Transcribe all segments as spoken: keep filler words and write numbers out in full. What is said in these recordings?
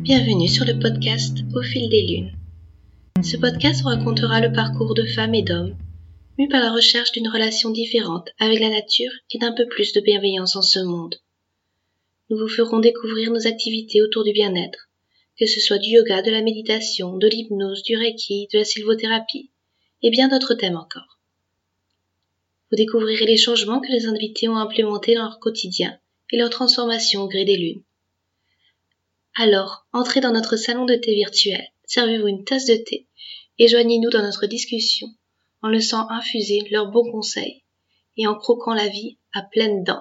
Bienvenue sur le podcast Au fil des lunes. Ce podcast vous racontera le parcours de femmes et d'hommes, mus par la recherche d'une relation différente avec la nature et d'un peu plus de bienveillance en ce monde. Nous vous ferons découvrir nos activités autour du bien-être, que ce soit du yoga, de la méditation, de l'hypnose, du reiki, de la sylvothérapie, et bien d'autres thèmes encore. Vous découvrirez les changements que les invités ont implémentés dans leur quotidien et leur transformation au gré des lunes. Alors, entrez dans notre salon de thé virtuel, servez-vous une tasse de thé et joignez-nous dans notre discussion en laissant infuser leurs bons conseils et en croquant la vie à pleines dents.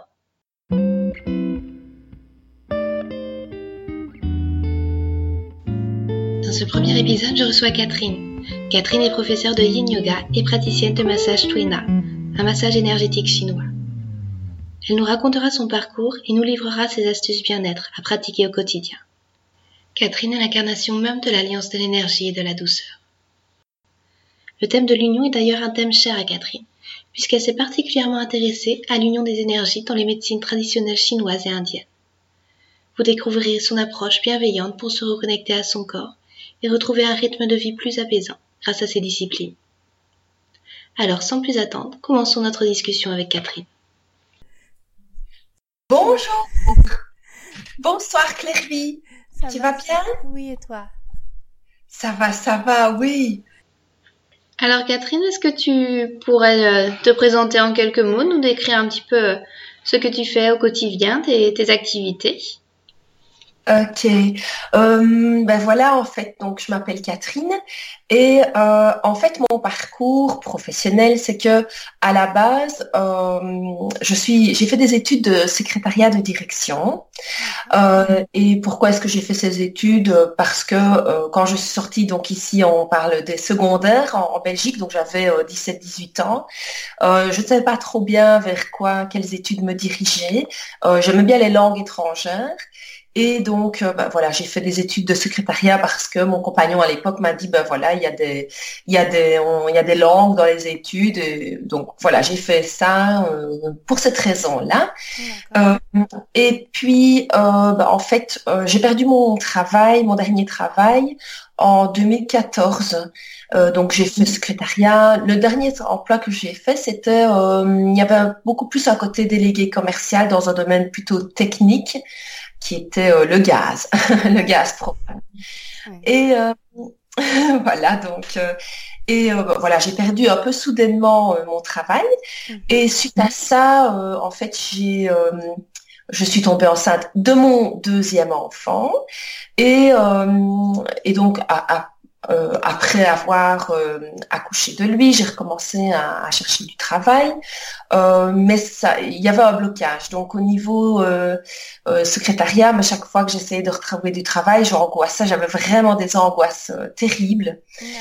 Dans ce premier épisode, je reçois Catherine. Catherine est professeure de Yin Yoga et praticienne de massage Tuina, un massage énergétique chinois. Elle nous racontera son parcours et nous livrera ses astuces bien-être à pratiquer au quotidien. Catherine est l'incarnation même de l'alliance de l'énergie et de la douceur. Le thème de l'union est d'ailleurs un thème cher à Catherine, puisqu'elle s'est particulièrement intéressée à l'union des énergies dans les médecines traditionnelles chinoises et indiennes. Vous découvrirez son approche bienveillante pour se reconnecter à son corps et retrouver un rythme de vie plus apaisant grâce à ces disciplines. Alors, sans plus attendre, commençons notre discussion avec Catherine. Bonjour. Bonsoir Claire-Vie. Ça tu va, vas bien? Oui, et toi? Ça va, ça va, oui. Alors Catherine, est-ce que tu pourrais te présenter en quelques mots, nous décrire un petit peu ce que tu fais au quotidien, tes, tes activités? Ok, euh, ben voilà, en fait, donc je m'appelle Catherine et euh, en fait mon parcours professionnel, c'est que à la base, euh, je suis, j'ai fait des études de secrétariat de direction. Euh, et pourquoi est-ce que j'ai fait ces études? Parce que euh, quand je suis sortie, donc ici on parle des secondaires en, en Belgique, donc j'avais euh, dix-sept dix-huit ans. Euh, je ne savais pas trop bien vers quoi, quelles études me diriger. Euh, j'aimais bien les langues étrangères. Et donc, euh, ben voilà, j'ai fait des études de secrétariat parce que mon compagnon à l'époque m'a dit, ben voilà, il y a des, il y a des, on, il y a des langues dans les études. Et donc voilà, j'ai fait ça euh, pour cette raison-là. Euh, et puis, euh, ben, en fait, euh, j'ai perdu mon travail, mon dernier travail, en deux mille quatorze. Euh, donc j'ai fait secrétariat. Le dernier emploi que j'ai fait, c'était, euh, il y avait beaucoup plus un côté délégué commercial dans un domaine plutôt technique, qui était euh, le gaz, le gaz propane. Ouais. Et euh, voilà, donc, euh, et euh, voilà, j'ai perdu un peu soudainement euh, mon travail. Mm-hmm. Et suite à ça, euh, en fait, j'ai, euh, je suis tombée enceinte de mon deuxième enfant. Et, euh, et donc, à, à Euh, après avoir euh, accouché de lui, j'ai recommencé à, à chercher du travail, euh, mais ça, il y avait un blocage. Donc au niveau euh, euh, secrétariat, mais chaque fois que j'essayais de retrouver du travail, j'angoissais, j'avais vraiment des angoisses euh, terribles.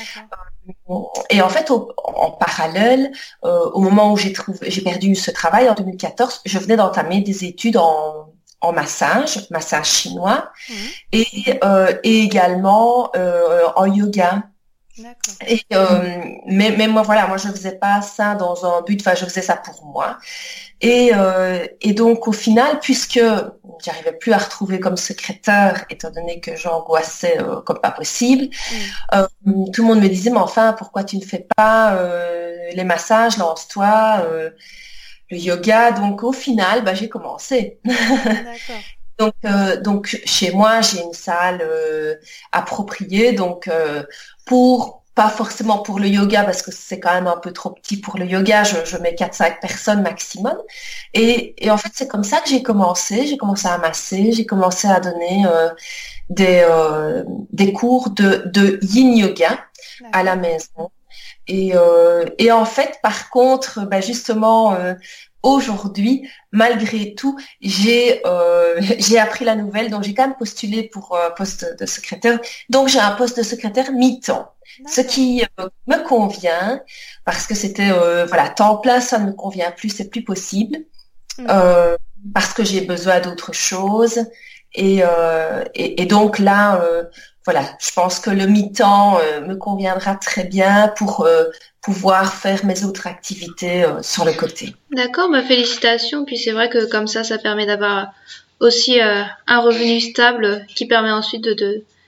Euh, et en fait, au, en parallèle, euh, au moment où j'ai trouvé, j'ai perdu ce travail en deux mille quatorze, je venais d'entamer des études en en massage, massage chinois, mmh. et, euh, et également euh, en yoga. D'accord. Et, euh, mais, mais moi, voilà, moi, je faisais pas ça dans un but, enfin, je faisais ça pour moi. Et, euh, et donc, au final, puisque j'arrivais plus à retrouver comme secrétaire, étant donné que j'angoissais euh, comme pas possible, mmh. euh, tout le monde me disait, mais enfin, pourquoi tu ne fais pas euh, les massages, lance-toi euh, le yoga, donc au final, bah, j'ai commencé. D'accord. donc, euh, donc chez moi, j'ai une salle euh, appropriée, donc euh, pour pas forcément pour le yoga parce que c'est quand même un peu trop petit pour le yoga. Je, je mets quatre cinq personnes maximum. Et, et en fait, c'est comme ça que j'ai commencé. J'ai commencé à masser, j'ai commencé à donner euh, des euh, des cours de de Yin Yoga D'accord. à la maison. Et, euh, et en fait, par contre, bah justement, euh, aujourd'hui, malgré tout, j'ai euh, j'ai appris la nouvelle, donc j'ai quand même postulé pour un poste de secrétaire. Donc j'ai un poste de secrétaire mi-temps, D'accord. ce qui euh, me convient parce que c'était euh, voilà temps plein, ça ne me convient plus, c'est plus possible mmh. euh, parce que j'ai besoin d'autre chose. Et, euh, et, et donc là. Euh, Voilà, je pense que le mi-temps euh, me conviendra très bien pour euh, pouvoir faire mes autres activités euh, sur le côté. D'accord, bah félicitations. Puis c'est vrai que comme ça, ça permet d'avoir aussi euh, un revenu stable qui permet ensuite de, de,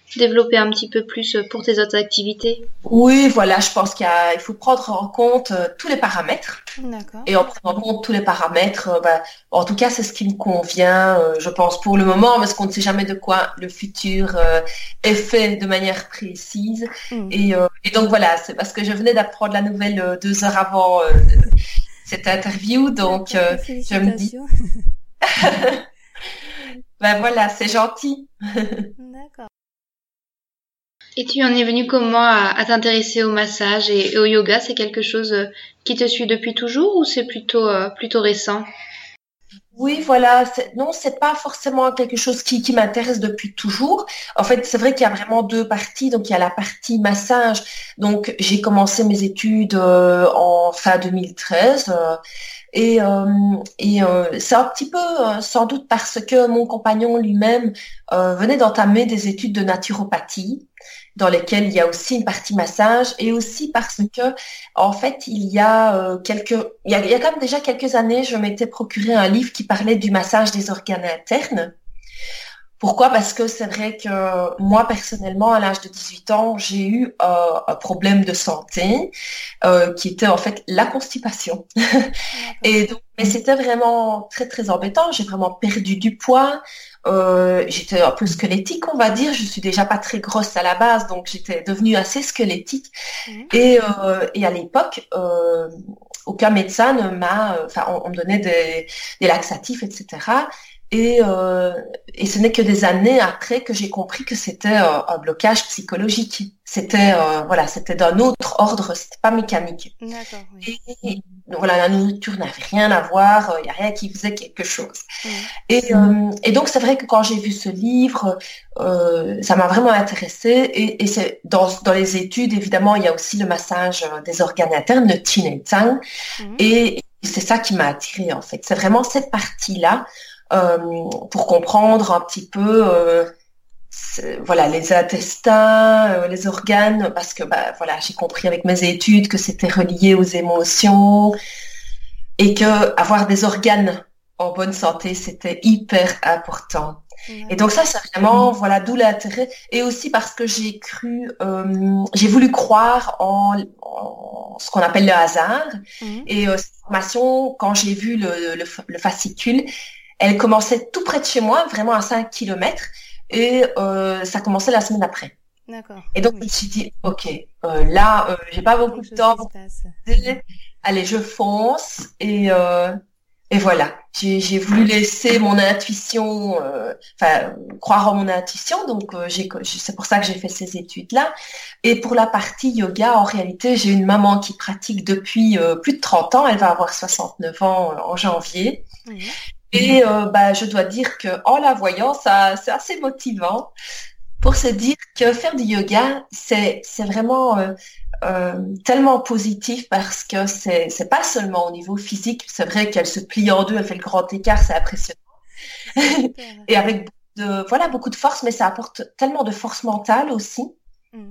développer un petit peu plus pour tes autres activités? Oui, voilà, je pense qu'il y a, il faut prendre en compte euh, tous les paramètres. D'accord. Et en prenant en compte tous les paramètres, euh, bah, en tout cas, c'est ce qui me convient, euh, je pense, pour le moment, parce qu'on ne sait jamais de quoi le futur euh, est fait de manière précise. Mm. Et, euh, et donc voilà, c'est parce que je venais d'apprendre la nouvelle euh, deux heures avant euh, cette interview, donc D'accord, euh, je me dis, félicitations. ben voilà, c'est gentil. D'accord. Et tu en es venu comment à, à t'intéresser au massage et, et au yoga? C'est quelque chose euh, qui te suit depuis toujours ou c'est plutôt, euh, plutôt récent? Oui, voilà. C'est- Non, c'est pas forcément quelque chose qui, qui m'intéresse depuis toujours. En fait, c'est vrai qu'il y a vraiment deux parties. Donc, il y a la partie massage. Donc, j'ai commencé mes études euh, en fin deux mille treize. euh, et euh, et euh, c'est un petit peu, euh, sans doute parce que mon compagnon lui-même euh, venait d'entamer des études de naturopathie, dans lesquelles il y a aussi une partie massage, et aussi parce que, en fait, il y a euh, quelques, il y a, il y a quand même déjà quelques années, je m'étais procuré un livre qui parlait du massage des organes internes. Pourquoi? Parce que c'est vrai que moi, personnellement, à l'âge de dix-huit ans, j'ai eu euh, un problème de santé euh, qui était en fait la constipation. D'accord. Et donc, mais c'était vraiment très, très embêtant. J'ai vraiment perdu du poids. Euh, j'étais un peu squelettique, on va dire. Je suis déjà pas très grosse à la base, donc j'étais devenue assez squelettique. Mhm. Et, euh, et à l'époque, euh, aucun médecin ne m'a, enfin, on, on me donnait des, des laxatifs, et cetera. Et, euh, et ce n'est que des années après que j'ai compris que c'était euh, un blocage psychologique. C'était euh, voilà, c'était d'un autre ordre, c'était pas mécanique. D'accord, oui. Et, et donc voilà, la nourriture n'avait rien à voir, il n'y a rien qui faisait quelque chose. Mhm. Et, euh, et donc c'est vrai que quand j'ai vu ce livre, euh, ça m'a vraiment intéressée. Et, et c'est dans, dans les études, évidemment, il y a aussi le massage des organes internes, le Qin et Tang. Mhm. Et c'est ça qui m'a attirée en fait. C'est vraiment cette partie-là euh, pour comprendre un petit peu, euh, c'est- voilà, les intestins, euh, les organes, parce que bah voilà, j'ai compris avec mes études que c'était relié aux émotions et que avoir des organes en bonne santé, c'était hyper important. Et D'accord. donc ça, c'est vraiment, voilà, d'où l'intérêt. Et aussi parce que j'ai cru, euh, j'ai voulu croire en, en ce qu'on appelle le hasard. Mhm. Et euh, cette formation, quand j'ai vu le, le, le fascicule, elle commençait tout près de chez moi, vraiment à cinq kilomètres. Et euh, ça commençait la semaine après. D'accord. Et donc, je Oui. me suis dit, OK, euh, là, euh, j'ai pas beaucoup Quelque de chose temps qui se pour passe. penser. Allez, je fonce. Et, euh, et voilà, j'ai, j'ai voulu laisser mon intuition, euh, enfin, croire en mon intuition. Donc, euh, j'ai, c'est pour ça que j'ai fait ces études-là. Et pour la partie yoga, en réalité, j'ai une maman qui pratique depuis euh, plus de trente ans. Elle va avoir soixante-neuf ans euh, en janvier. Mhm. Et euh, bah, je dois dire que en la voyant, ça, c'est assez motivant pour se dire que faire du yoga, c'est, c'est vraiment euh, euh, tellement positif parce que c'est, c'est pas seulement au niveau physique. C'est vrai qu'elle se plie en deux, elle fait le grand écart, c'est impressionnant. Super. Et avec beaucoup de, voilà, beaucoup de force, mais ça apporte tellement de force mentale aussi Mhm.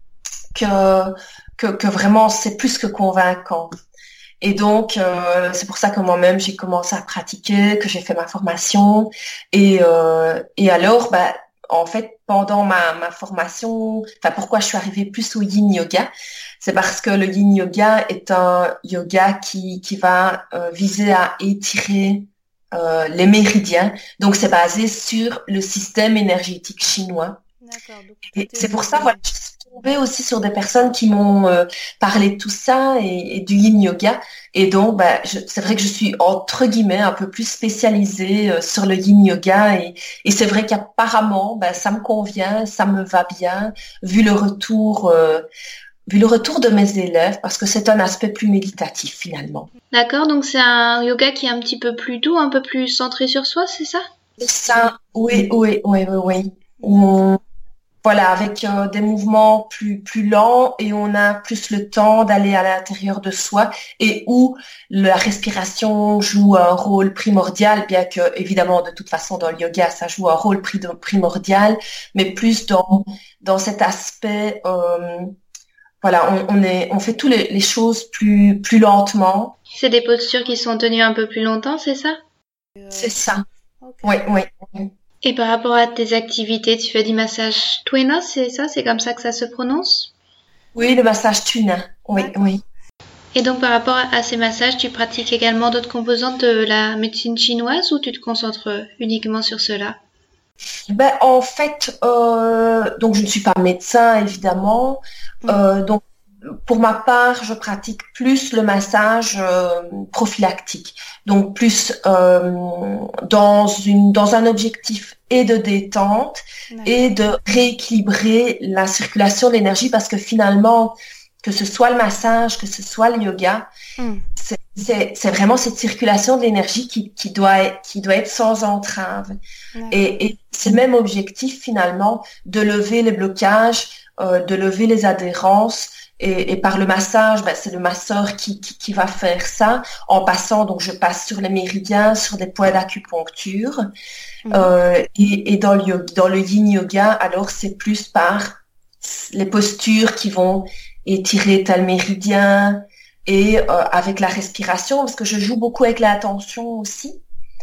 que, que, que vraiment c'est plus que convaincant. Et donc, euh, c'est pour ça que moi-même, j'ai commencé à pratiquer, que j'ai fait ma formation. Et, euh, et alors, bah, en fait, pendant ma, ma formation, enfin, pourquoi je suis arrivée plus au yin yoga, c'est parce que le yin yoga est un yoga qui, qui va euh, viser à étirer euh, les méridiens. Donc, c'est basé sur le système énergétique chinois. D'accord. Donc, Et tout est c'est pour ça, relié. voilà, je suis tombée aussi sur des personnes qui m'ont euh, parlé de tout ça et, et du yin yoga. Et donc, bah, je, c'est vrai que je suis entre guillemets un peu plus spécialisée euh, sur le yin yoga. Et, et c'est vrai qu'apparemment, bah, ça me convient, ça me va bien, vu le retour, euh, vu le retour de mes élèves, parce que c'est un aspect plus méditatif finalement. D'accord, donc c'est un yoga qui est un petit peu plus doux, un peu plus centré sur soi, c'est ça? Et ça, oui, oui, oui, oui, oui. D'accord. On- Voilà, avec euh, des mouvements plus plus lents et on a plus le temps d'aller à l'intérieur de soi et où la respiration joue un rôle primordial, bien que évidemment de toute façon dans le yoga ça joue un rôle pri- primordial, mais plus dans dans cet aspect, euh, voilà, on, on est on fait tous les, les choses plus plus lentement. C'est des postures qui sont tenues un peu plus longtemps, c'est ça? Euh, C'est ça. ok. Oui, oui. Oui. Et par rapport à tes activités, tu fais du massage Tuina, c'est ça? C'est comme ça que ça se prononce? Oui, le massage Tuina. Oui, D'accord. oui. Et donc par rapport à ces massages, tu pratiques également d'autres composantes de la médecine chinoise ou tu te concentres uniquement sur cela? Ben, en fait, euh, donc je ne suis pas médecin, évidemment. Mm. Euh, donc, pour ma part, je pratique plus le massage euh, prophylactique. Donc, plus euh, dans une, dans un objectif et de détente et de rééquilibrer la circulation de l'énergie parce que finalement, que ce soit le massage, que ce soit le yoga, mm. c'est, c'est, c'est vraiment cette circulation de l'énergie qui, qui, doit, être, qui doit être sans entrave. Et, et c'est le même objectif finalement de lever les blocages, euh, de lever les adhérences. Et, et par le massage, ben, c'est le masseur qui, qui, qui va faire ça en passant. Donc, je passe sur les méridiens, sur des points d'acupuncture. Mmh. Euh, et, et dans le yoga, dans le yin yoga, alors c'est plus par les postures qui vont étirer tel méridien et euh, avec la respiration, parce que je joue beaucoup avec l'attention aussi.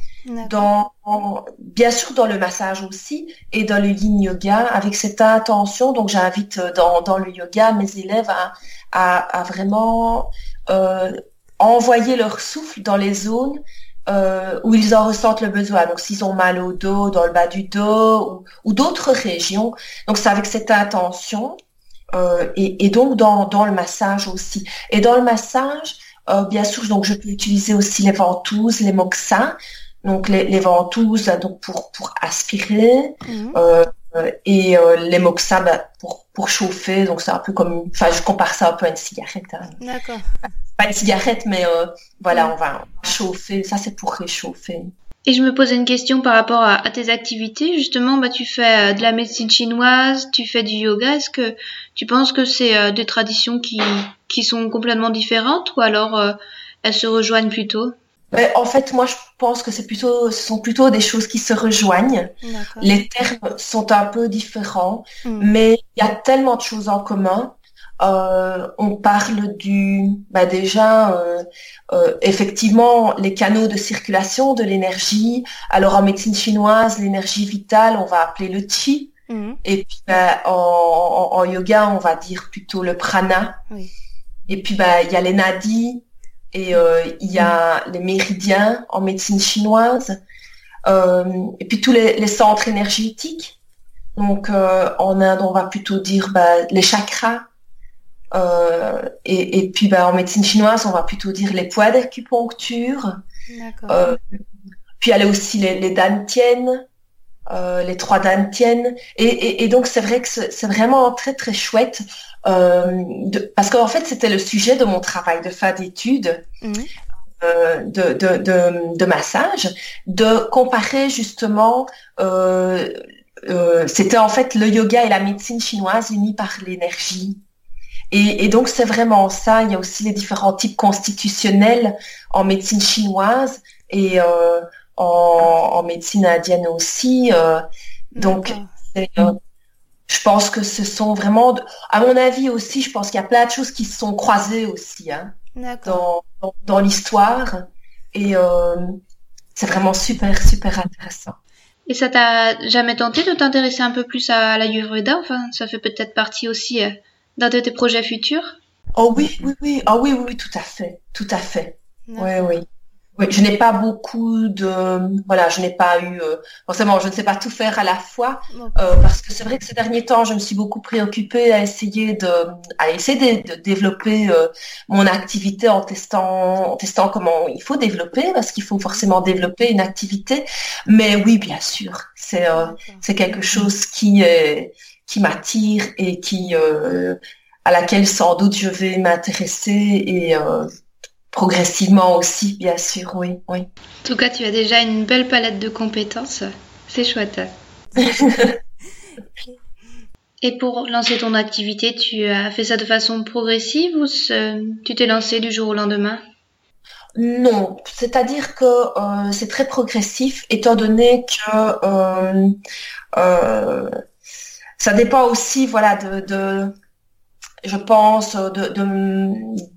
Dans, bien sûr dans le massage aussi et dans le yin yoga avec cette intention. Donc j'invite dans, dans le yoga mes élèves à, à, à vraiment euh, envoyer leur souffle dans les zones euh, où ils en ressentent le besoin. Donc s'ils ont mal au dos, dans le bas du dos ou, ou d'autres régions. Donc c'est avec cette intention euh, et, et donc dans, dans le massage aussi. Et dans le massage, euh, bien sûr, donc je peux utiliser aussi les ventouses, les moxas. Donc les, les ventouses donc pour pour aspirer mmh. euh, et euh, les moxas bah, pour pour chauffer. Donc c'est un peu comme, enfin je compare ça un peu à une cigarette. Hein. D'accord. Pas une cigarette, mais euh, voilà, mmh. on va chauffer. Ça c'est pour réchauffer. Et je me posais une question par rapport à, à tes activités. Justement, bah tu fais euh, de la médecine chinoise, tu fais du yoga. Est-ce que tu penses que c'est euh, des traditions qui qui sont complètement différentes ou alors euh, elles se rejoignent plutôt? Mais en fait, moi, je pense que c'est plutôt, ce sont plutôt des choses qui se rejoignent. D'accord. Les termes sont un peu différents, mmh. mais il y a tellement de choses en commun. Euh, on parle du, bah déjà, euh, euh, effectivement, les canaux de circulation de l'énergie. Alors en médecine chinoise, l'énergie vitale, on va appeler le qi. mmh. Et puis bah, en, en, en yoga, on va dire plutôt le prana. Oui. Et puis bah il y a les nadis. Et euh, il y a les méridiens en médecine chinoise, euh, et puis tous les, les centres énergétiques. Donc euh, en Inde, on va plutôt dire bah, les chakras. Euh, et, et puis bah, en médecine chinoise, on va plutôt dire les points d'acupuncture. D'accord. Euh, puis il y a aussi les, les dantiennes, euh, les trois dantiennes. Et, et, et donc c'est vrai que c'est, c'est vraiment très très chouette. Euh, de, parce qu'en fait, c'était le sujet de mon travail de fin d'études mmh. euh, de, de, de, de massage, de comparer justement, euh, euh, c'était en fait le yoga et la médecine chinoise unis par l'énergie. Et, et donc, c'est vraiment ça. Il y a aussi les différents types constitutionnels en médecine chinoise et euh, en, en médecine indienne aussi. Euh, donc, c'est... Euh, je pense que ce sont vraiment, à mon avis aussi, je pense qu'il y a plein de choses qui se sont croisées aussi hein, dans, dans, dans l'histoire. Et euh, c'est vraiment super, super intéressant. Et ça t'a jamais tenté de t'intéresser un peu plus à l'Ayurveda? Enfin, ça fait peut-être partie aussi euh, d'un de tes projets futurs? Oh oui, oui, oui. Oh oui, oui, oui, tout à fait. Tout à fait. Oui, oui. Oui, je n'ai pas beaucoup de, voilà, je n'ai pas eu, euh, forcément, je ne sais pas tout faire à la fois, euh, parce que c'est vrai que ces derniers temps, je me suis beaucoup préoccupée à essayer de, à essayer de, de développer euh, mon activité en testant, en testant comment il faut développer, parce qu'il faut forcément développer une activité. Mais oui, bien sûr, c'est, euh, c'est quelque chose qui est, qui m'attire et qui, euh, à laquelle sans doute je vais m'intéresser et euh, progressivement aussi, bien sûr, oui, oui. En tout cas, tu as déjà une belle palette de compétences. C'est chouette. Et pour lancer ton activité, tu as fait ça de façon progressive ou tu t'es lancé du jour au lendemain? Non, c'est-à-dire que euh, c'est très progressif, étant donné que euh, euh, ça dépend aussi, voilà, de, de je pense, de, de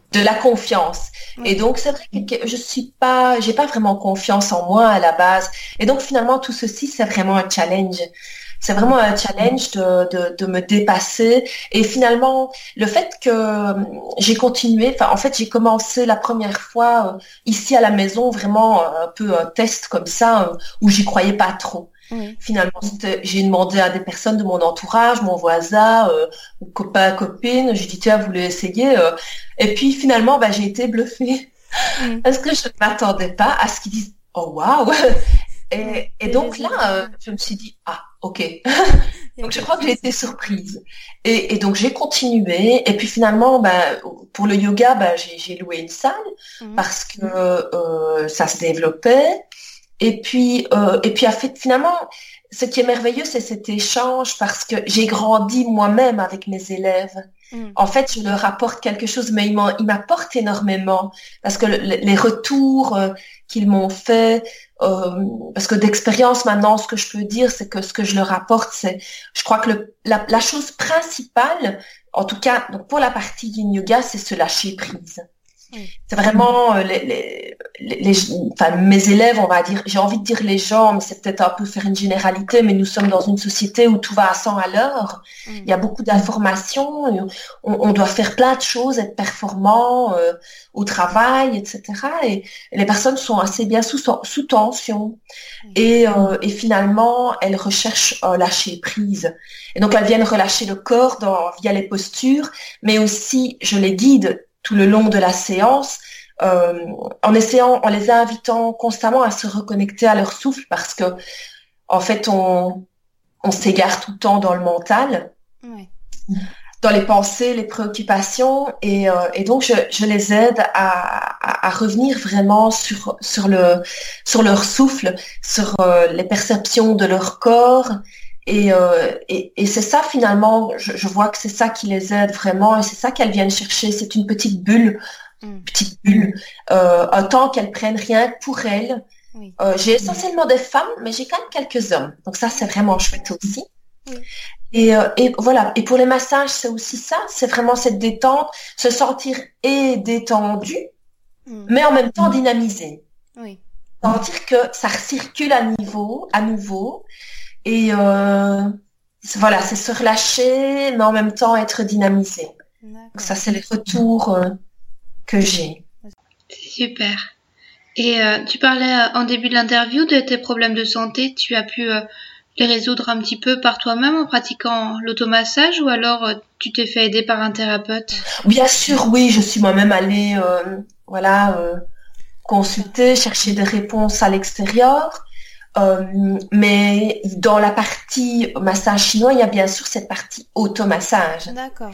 de la confiance. Oui. Et donc, c'est vrai que je suis pas, j'ai pas vraiment confiance en moi à la base. Et donc, finalement, tout ceci, c'est vraiment un challenge. C'est vraiment un challenge de, de, de me dépasser. Et finalement, le fait que j'ai continué, enfin, en fait, j'ai commencé la première fois euh, ici à la maison, vraiment euh, un peu un test comme ça, euh, où j'y croyais pas trop. Oui. Finalement, c'était- j'ai demandé à des personnes de mon entourage, mon voisin, euh, mon copain, copine, j'ai dit, tiens, vous voulez essayer? euh. Et puis, finalement, bah, j'ai été bluffée Mm. parce que je ne m'attendais pas à ce qu'ils disent, oh, waouh! Ouais. Et, et Les donc là, euh, résultats. je me suis dit, ah, ok. Il y a Donc je quelque crois que j'ai chose. été surprise. Et, et donc j'ai continué. Et puis finalement, ben, pour le yoga, ben, j'ai, j'ai loué une salle Mhm. parce que euh, ça se développait. Et puis, euh, et puis en fait, finalement, ce qui est merveilleux, c'est cet échange parce que j'ai grandi moi-même avec mes élèves. Mm. En fait, je leur apporte quelque chose, mais ils m'en- ils m'apportent énormément parce que le- le- les retours euh, qu'ils m'ont fait, euh, parce que d'expérience maintenant, ce que je peux dire, c'est que ce que je leur apporte, c'est, je crois que le, la, la chose principale, en tout cas, donc pour la partie yin yoga, c'est se lâcher prise. Oui. C'est vraiment euh, les, les, les, les- enfin, mes élèves, on va dire, j'ai envie de dire les gens, mais c'est peut-être un peu faire une généralité, mais nous sommes dans une société où tout va à cent à l'heure. Mm. Il y a beaucoup d'informations, et on, on doit faire plein de choses, être performant euh, au travail, et cetera. Et, et les personnes sont assez bien sous, sous tension. Oui. Et, euh, et finalement, elles recherchent un lâcher prise. Et donc, elles viennent relâcher le corps dans, via les postures, mais aussi, je les guide tout le long de la séance, euh, en essayant, en les invitant constamment à se reconnecter à leur souffle, parce que en fait, on, on s'égare tout le temps dans le mental, Ouais. dans les pensées, les préoccupations, et, euh, et donc je, je les aide à, à, à revenir vraiment sur sur le sur leur souffle, sur euh, les perceptions de leur corps. Et, euh, et, et c'est ça finalement, je, je vois que c'est ça qui les aide vraiment, et c'est ça qu'elles viennent chercher. C'est une petite bulle, Mm. petite bulle, euh, un temps qu'elles prennent rien que pour elles. Oui. Euh, j'ai essentiellement des femmes, mais j'ai quand même quelques hommes. Donc ça, c'est vraiment chouette aussi. Oui. Et, euh, et voilà. Et pour les massages, c'est aussi ça. C'est vraiment cette détente, se sentir et détendu, Mm. mais en même temps dynamisé. Oui. Sentir que ça recircule à niveau, à nouveau. Et euh, c'est- voilà, c'est se relâcher, mais en même temps être dynamisé. Donc D'accord. ça, c'est les retours euh, que j'ai. C'est super. Et euh, tu parlais euh, en début de l'interview de tes problèmes de santé. Tu as pu euh, les résoudre un petit peu par toi-même en pratiquant l'automassage ou alors euh, tu t'es fait aider par un thérapeute? Bien sûr, oui, je suis moi-même allée, euh, voilà, euh, consulter, chercher des réponses à l'extérieur. Euh, mais dans la partie massage chinois, il y a bien sûr cette partie automassage. D'accord.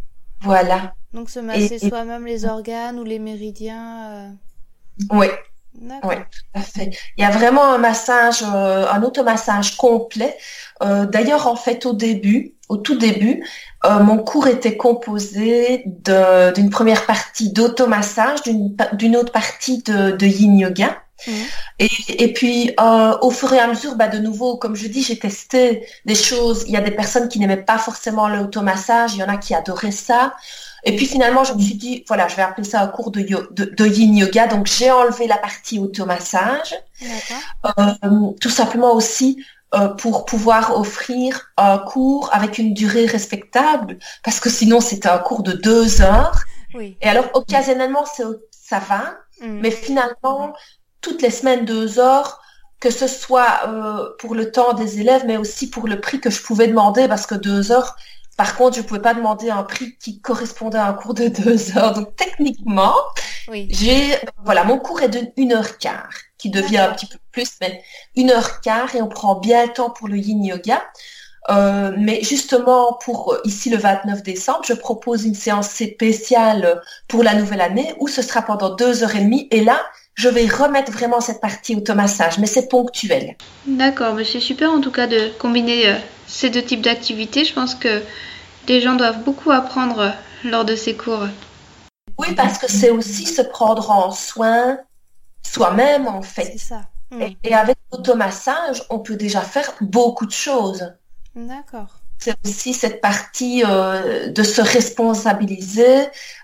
Voilà. Donc se masser Et, et soi-même les organes ou les méridiens. euh, oui, D'accord. oui, tout à fait. Il y a vraiment un massage, euh, un automassage complet. Euh, d'ailleurs, en fait, au début, au tout début, euh, mon cours était composé de, d'une première partie d'automassage, d'une, pa- d'une autre partie de, de yin yoga. Mhm. Et, et puis, euh, au fur et à mesure, bah, de nouveau, comme je dis, j'ai testé des choses. Il y a des personnes qui n'aimaient pas forcément l'automassage, il y en a qui adoraient ça. Et puis finalement, je me suis dit, voilà, je vais appeler ça un cours de, yo- de, de yin yoga. Donc, j'ai enlevé la partie automassage, D'accord. euh, tout simplement aussi euh, pour pouvoir offrir un cours avec une durée respectable, parce que sinon, c'était un cours de deux heures. Oui. Et alors, occasionnellement, c'est, ça va, Mhm. mais finalement, toutes les semaines, deux heures, que ce soit euh, pour le temps des élèves, mais aussi pour le prix que je pouvais demander, parce que deux heures, par contre, je pouvais pas demander un prix qui correspondait à un cours de deux heures. Donc, techniquement, Oui. j'ai, voilà, mon cours est de une heure quart, qui devient un D'accord. petit peu plus, mais une heure quart, et on prend bien le temps pour le yin yoga. Euh, mais justement, pour euh, ici le vingt-neuf décembre, je propose une séance spéciale pour la nouvelle année où ce sera pendant deux heures et demie. Et là, je vais remettre vraiment cette partie automassage, mais c'est ponctuel. D'accord, mais c'est super en tout cas de combiner euh, ces deux types d'activités. Je pense que les gens doivent beaucoup apprendre euh, lors de ces cours. Oui, parce que c'est aussi se prendre en soin soi-même, en C'est fait. ça. Mhm. Et, et avec l'automassage, on peut déjà faire beaucoup de choses. D'accord. C'est aussi cette partie euh, de se responsabiliser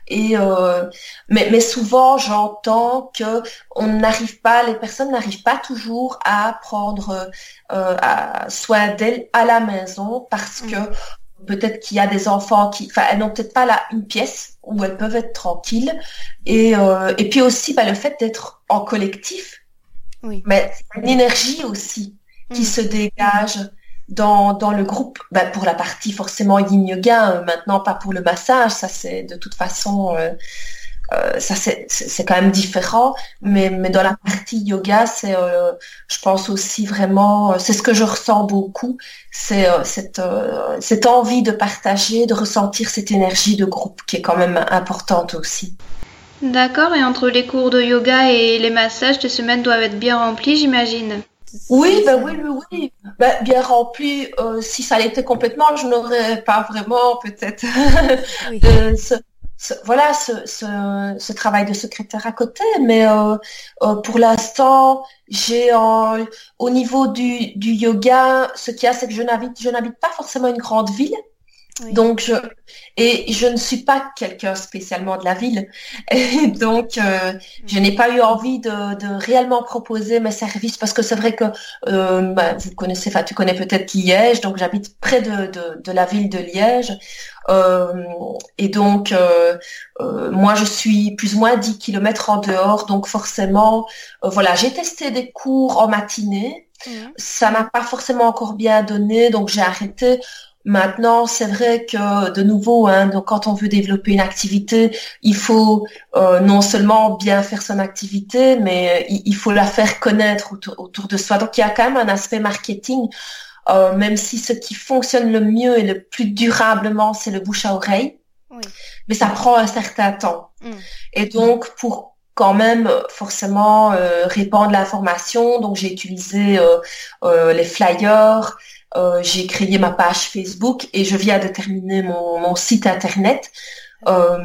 Et euh, mais, mais souvent j'entends que on n'arrive pas, les personnes n'arrivent pas toujours à prendre euh, à, soin d'elles à la maison parce que peut-être qu'il y a des enfants qui, enfin, elles n'ont peut-être pas là une pièce où elles peuvent être tranquilles. Et euh, et puis aussi, bah, le fait d'être en collectif, Oui. mais c'est une énergie aussi qui Mm. se dégage dans dans le groupe. Bah, pour la partie forcément Yin Yoga, euh, maintenant pas pour le massage, ça c'est de toute façon. Euh, Euh, ça c'est c'est c'est quand même différent, mais mais dans la partie yoga, c'est euh, je pense aussi vraiment, euh, c'est ce que je ressens beaucoup, c'est euh, cette euh, cette envie de partager, de ressentir cette énergie de groupe qui est quand même importante aussi. D'accord, et entre les cours de yoga et les massages, tes semaines doivent être bien remplies, j'imagine. Oui, C'est ben ça. oui, oui, oui. Ben, bien rempli. Euh, si ça l'était complètement, je n'aurais pas vraiment peut-être Oui. euh, ce, ce- voilà ce, ce, ce travail de secrétaire à côté. Mais euh, euh, pour l'instant, j'ai en- au niveau du, du yoga, ce qu'il y a, c'est que je n'habite je n'habite pas forcément une grande ville. Oui. Donc, je, et je ne suis pas quelqu'un spécialement de la ville. Et donc, euh, je n'ai pas eu envie de, de réellement proposer mes services parce que c'est vrai que euh, bah, vous connaissez, enfin, tu connais peut-être Liège, donc j'habite près de, de, de la ville de Liège. Euh, et donc, euh, euh, moi, je suis plus ou moins dix kilomètres en dehors. Donc, forcément, euh, voilà, j'ai testé des cours en matinée. Mhm. Ça n'a pas forcément encore bien donné, donc j'ai arrêté. Maintenant, c'est vrai que de nouveau, hein, donc quand on veut développer une activité, il faut euh, non seulement bien faire son activité, mais il, il faut la faire connaître autour, autour de soi. Donc il y a quand même un aspect marketing, euh, même si ce qui fonctionne le mieux et le plus durablement, c'est le bouche à oreille, Oui. mais ça prend un certain temps. Mm. Et donc pour quand même forcément euh, répandre l'information, donc j'ai utilisé euh, euh, les flyers. Euh, j'ai créé ma page Facebook et je viens de terminer mon, mon site internet. Euh,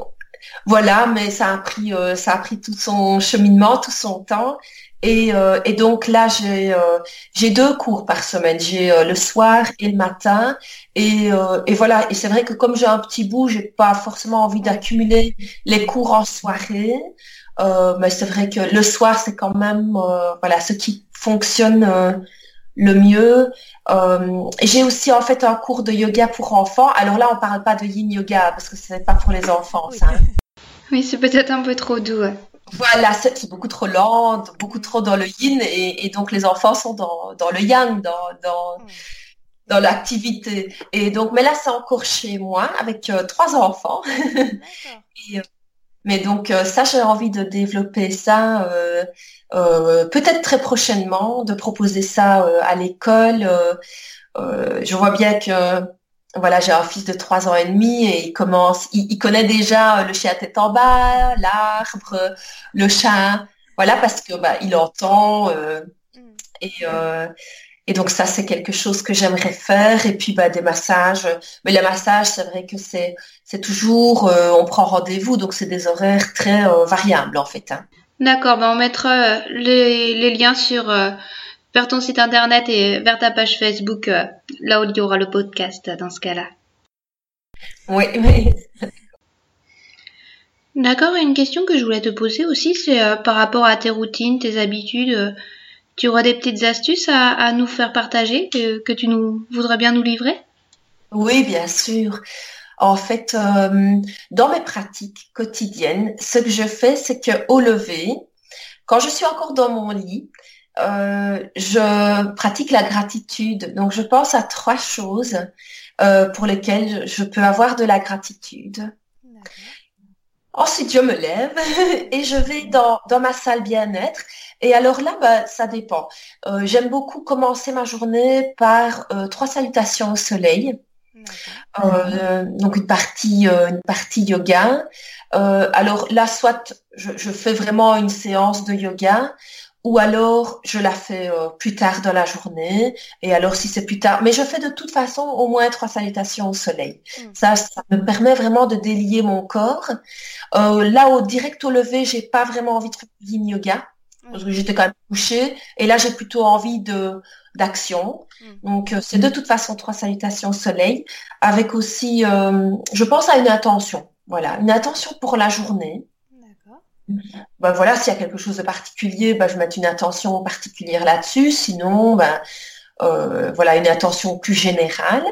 voilà, mais ça a pris euh, ça a pris tout son cheminement, tout son temps. Et, euh, et donc là, j'ai euh, j'ai deux cours par semaine. J'ai euh, le soir et le matin. Et, euh, et voilà. Et c'est vrai que comme j'ai un petit bout, j'ai pas forcément envie d'accumuler les cours en soirée. Euh, mais c'est vrai que le soir, c'est quand même euh, voilà ce qui fonctionne euh, le mieux. Euh, j'ai aussi en fait un cours de yoga pour enfants. Alors là, on parle pas de yin yoga parce que c'est pas pour les enfants, Oui. ça. Oui, c'est peut-être un peu trop doux. Ouais. Voilà, c'est c'est beaucoup trop lent, beaucoup trop dans le yin et, et donc les enfants sont dans, dans le yang, dans, dans, Mm. dans l'activité. Et donc, mais là, c'est encore chez moi avec euh, trois enfants. D'accord. Et, euh, mais donc euh, ça, j'ai envie de développer ça euh, euh, peut-être très prochainement, de proposer ça euh, à l'école. Euh, euh, je vois bien que voilà, j'ai un fils de trois ans et demi et il commence, il, il connaît déjà euh, le chien à tête en bas, l'arbre, le chat, voilà parce que bah il entend euh, Mm. et euh, et donc ça c'est quelque chose que j'aimerais faire et puis bah des massages, mais les massages c'est vrai que c'est c'est toujours euh, on prend rendez-vous donc c'est des horaires très euh, variables en fait, hein. D'accord, bah on mettra euh, les, les liens sur euh, vers ton site internet et vers ta page Facebook, euh, là où il y aura le podcast dans ce cas-là. Oui, oui. D'accord, et une question que je voulais te poser aussi, c'est euh, par rapport à tes routines, tes habitudes, euh, tu auras des petites astuces à, à nous faire partager, que, que tu nous voudrais bien nous livrer? Oui, bien sûr. En fait, euh, dans mes pratiques quotidiennes, ce que je fais, c'est que au lever, quand je suis encore dans mon lit, euh, je pratique la gratitude. Donc, je pense à trois choses euh, pour lesquelles je peux avoir de la gratitude. D'accord. Ensuite, je me lève et je vais dans, dans ma salle bien-être. Et alors là, bah, ça dépend. Euh, j'aime beaucoup commencer ma journée par euh, trois salutations au soleil. D'accord. Euh, donc une partie, euh, une partie yoga. Euh, alors là, soit je, je fais vraiment une séance de yoga, ou alors je la fais euh, plus tard dans la journée. Et alors si c'est plus tard, mais je fais de toute façon au moins trois salutations au soleil. Mm. Ça, ça me permet vraiment de délier mon corps. Euh, là, au direct au lever, j'ai pas vraiment envie de faire du yin yoga parce que Oui. j'étais quand même couchée. Et là, j'ai plutôt envie de d'action. Mm. Donc, euh, c'est de toute façon trois salutations au soleil, avec aussi, euh, je pense à une intention. voilà, une intention pour la journée. D'accord. Ben voilà, s'il y a quelque chose de particulier, ben je mets une intention particulière là-dessus. Sinon, ben euh, voilà, une intention plus générale.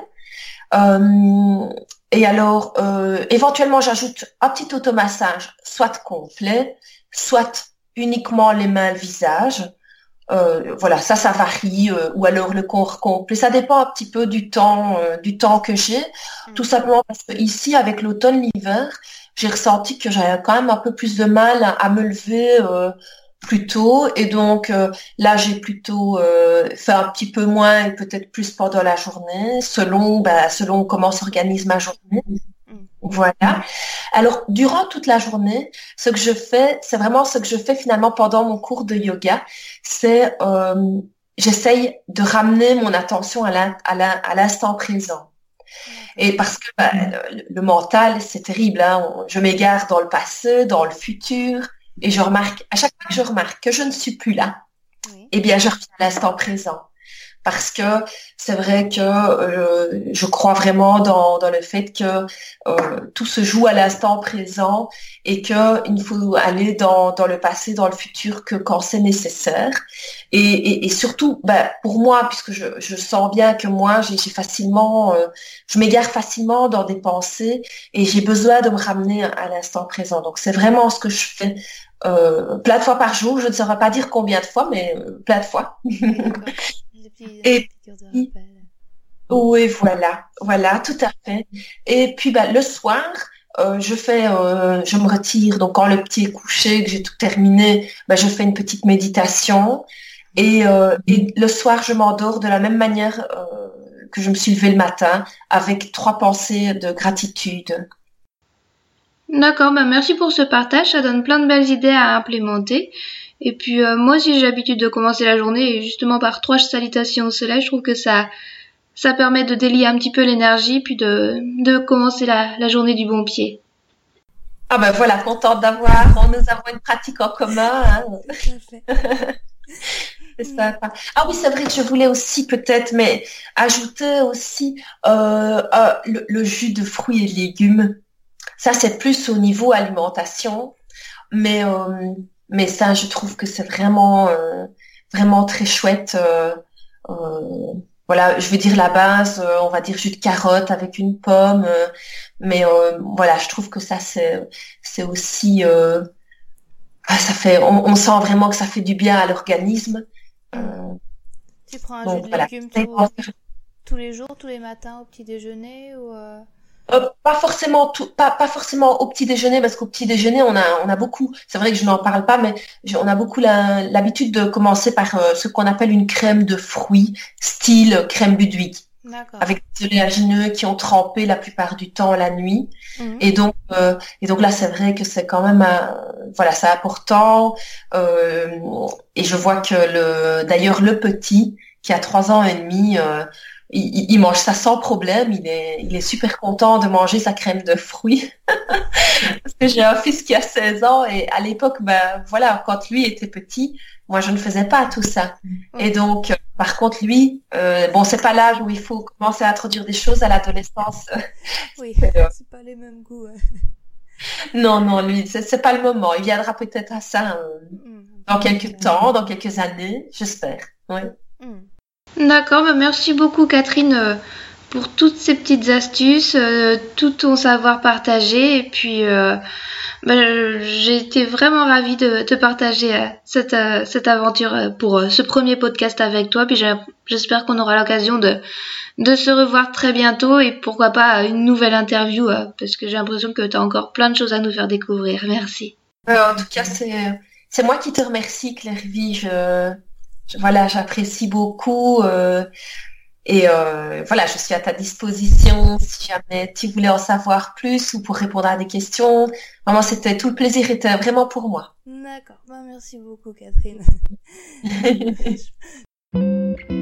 Euh, et alors, euh, éventuellement, j'ajoute un petit automassage, soit complet, soit uniquement les mains, le visage. Euh, voilà, ça, ça varie. Euh, ou alors le corps complet. Ça dépend un petit peu du temps, euh, du temps que j'ai. Tout Mm. simplement parce que ici, avec l'automne, l'hiver, j'ai ressenti que j'avais quand même un peu plus de mal à, à me lever euh, plus tôt. Et donc euh, là, j'ai plutôt euh, fait un petit peu moins et peut-être plus pendant la journée, selon, ben, selon comment s'organise ma journée. Mm. Voilà. Alors, durant toute la journée, ce que je fais, c'est vraiment ce que je fais finalement pendant mon cours de yoga, c'est euh, j'essaye de ramener mon attention à l'in- à l'in- à l'instant présent. Et D'accord. parce que bah, le, le mental, c'est terrible, hein. On- Je m'égare dans le passé, dans le futur, et je remarque, à chaque fois que je remarque que je ne suis plus là, Oui. eh bien, je reviens à l'instant présent. Parce que c'est vrai que euh, je crois vraiment dans, dans le fait que euh, tout se joue à l'instant présent et que il faut aller dans, dans le passé, dans le futur que quand c'est nécessaire. Et, et, et surtout, ben, pour moi, puisque je, je sens bien que moi, j'ai, j'ai facilement, euh, je m'égare facilement dans des pensées et j'ai besoin de me ramener à l'instant présent. Donc c'est vraiment ce que je fais euh, plein de fois par jour. Je ne saurais pas dire combien de fois, mais euh, plein de fois. D'accord. Des petits, des Et piqûres de puis, rappel. oui, voilà, voilà, tout à fait. Et puis, bah, le soir, euh, je fais, euh, je me retire. Donc, quand le petit est couché, que j'ai tout terminé, bah, je fais une petite méditation. Et, euh, et le soir, je m'endors de la même manière euh, que je me suis levée le matin, avec trois pensées de gratitude. D'accord, bah merci pour ce partage, ça donne plein de belles idées à implémenter. Et puis euh, moi aussi j'ai l'habitude de commencer la journée et justement par trois salutations au soleil, je trouve que ça ça permet de délier un petit peu l'énergie puis de, de commencer la, la journée du bon pied. Ah ben voilà, contente d'avoir, nous avons une pratique en commun, hein. Tout à fait. C'est sympa. Ah oui, c'est vrai que je voulais aussi peut-être, mais ajouter aussi euh, euh, le, le jus de fruits et légumes. Ça, c'est plus au niveau alimentation, mais euh, mais ça, je trouve que c'est vraiment euh, vraiment très chouette. Euh, euh, voilà, je veux dire la base, euh, on va dire jus de carotte avec une pomme, euh, mais euh, voilà, je trouve que ça c'est c'est aussi euh, ah, ça fait, on, on sent vraiment que ça fait du bien à l'organisme. Mm. Euh, Tu prends un jus donc de voilà. légumes tout- tous les jours, tous les matins au petit déjeuner ou euh, Euh, pas forcément tout, pas, pas forcément au petit déjeuner, parce qu'au petit déjeuner, on a, on a beaucoup, c'est vrai que je n'en parle pas, mais je- on a beaucoup la- l'habitude de commencer par euh, ce qu'on appelle une crème de fruits, style crème Budwig, D'accord. avec des oléagineux qui ont trempé la plupart du temps la nuit. Mhm. Et donc, euh, et donc là, c'est vrai que c'est quand même, un- voilà, c'est important. Euh, et je vois que le, d'ailleurs, le petit, qui a trois ans et demi, euh, il, il- il mange ça sans problème. Il est, il est super content de manger sa crème de fruits. Parce que j'ai un fils qui a seize ans et à l'époque, ben voilà, quand lui était petit, moi je ne faisais pas tout ça. Et donc, euh, par contre, lui, euh, bon, c'est pas l'âge où il faut commencer à introduire des choses à l'adolescence. Oui, Euh, c'est pas les mêmes goûts. Ouais. Non, non, lui, c'est c'est pas le moment. Il viendra peut-être à ça euh, Mm. dans quelques temps, dans quelques années, j'espère. Oui. Mm. D'accord, bah merci beaucoup Catherine euh, pour toutes ces petites astuces, euh, tout ton savoir partagé et puis euh, bah, j'ai été vraiment ravie de, de partager euh, cette, euh, cette aventure euh, pour euh, ce premier podcast avec toi puis j'ai- j'espère qu'on aura l'occasion de, de se revoir très bientôt et pourquoi pas une nouvelle interview euh, parce que j'ai l'impression que tu as encore plein de choses à nous faire découvrir. Merci. Euh, en tout cas, c'est c'est moi qui te remercie, Claire-Vie. Je, je- voilà, j'apprécie beaucoup. euh, et euh, voilà, je suis à ta disposition si jamais tu voulais en savoir plus ou pour répondre à des questions. Vraiment, c'était tout le plaisir était vraiment pour moi. D'accord. Bah, merci beaucoup, Catherine.